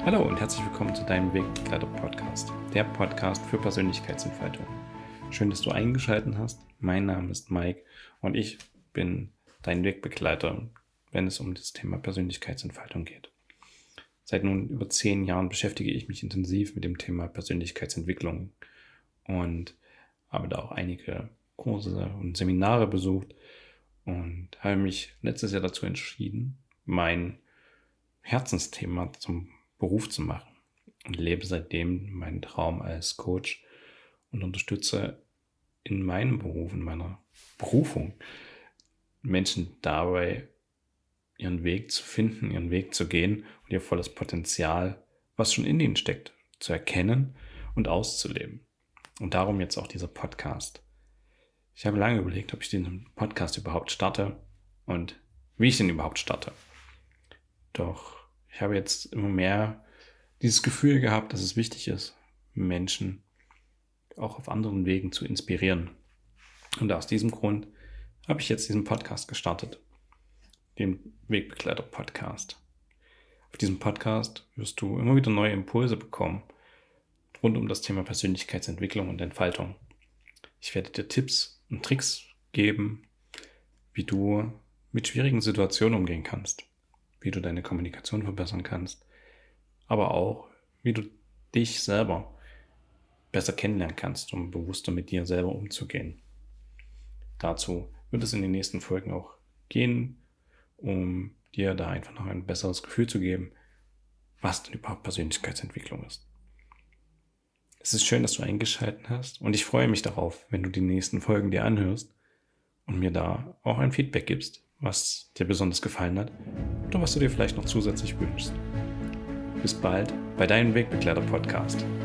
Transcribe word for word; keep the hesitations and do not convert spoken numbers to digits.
Hallo und herzlich willkommen zu deinem Wegbegleiter-Podcast, der Podcast für Persönlichkeitsentfaltung. Schön, dass du eingeschaltet hast. Mein Name ist Mike und ich bin dein Wegbegleiter, wenn es um das Thema Persönlichkeitsentfaltung geht. Seit nun über zehn Jahren beschäftige ich mich intensiv mit dem Thema Persönlichkeitsentwicklung und habe da auch einige Kurse und Seminare besucht und habe mich letztes Jahr dazu entschieden, mein Herzensthema zum Beruf zu machen und lebe seitdem meinen Traum als Coach und unterstütze in meinem Beruf, in meiner Berufung Menschen dabei, ihren Weg zu finden, ihren Weg zu gehen und ihr volles Potenzial, was schon in ihnen steckt, zu erkennen und auszuleben. Und darum jetzt auch dieser Podcast. Ich habe lange überlegt, ob ich diesen Podcast überhaupt starte und wie ich den überhaupt starte. Doch ich habe jetzt immer mehr dieses Gefühl gehabt, dass es wichtig ist, Menschen auch auf anderen Wegen zu inspirieren. Und aus diesem Grund habe ich jetzt diesen Podcast gestartet, den Wegbegleiter-Podcast. Auf diesem Podcast wirst du immer wieder neue Impulse bekommen rund um das Thema Persönlichkeitsentwicklung und Entfaltung. Ich werde dir Tipps und Tricks geben, wie du mit schwierigen Situationen umgehen kannst, wie du deine Kommunikation verbessern kannst, aber auch, wie du dich selber besser kennenlernen kannst, um bewusster mit dir selber umzugehen. Dazu wird es in den nächsten Folgen auch gehen, um dir da einfach noch ein besseres Gefühl zu geben, was denn überhaupt Persönlichkeitsentwicklung ist. Es ist schön, dass du eingeschaltet hast und ich freue mich darauf, wenn du die nächsten Folgen dir anhörst und mir da auch ein Feedback gibst, was dir besonders gefallen hat oder was du dir vielleicht noch zusätzlich wünschst. Bis bald bei deinem Wegbegleiter-Podcast.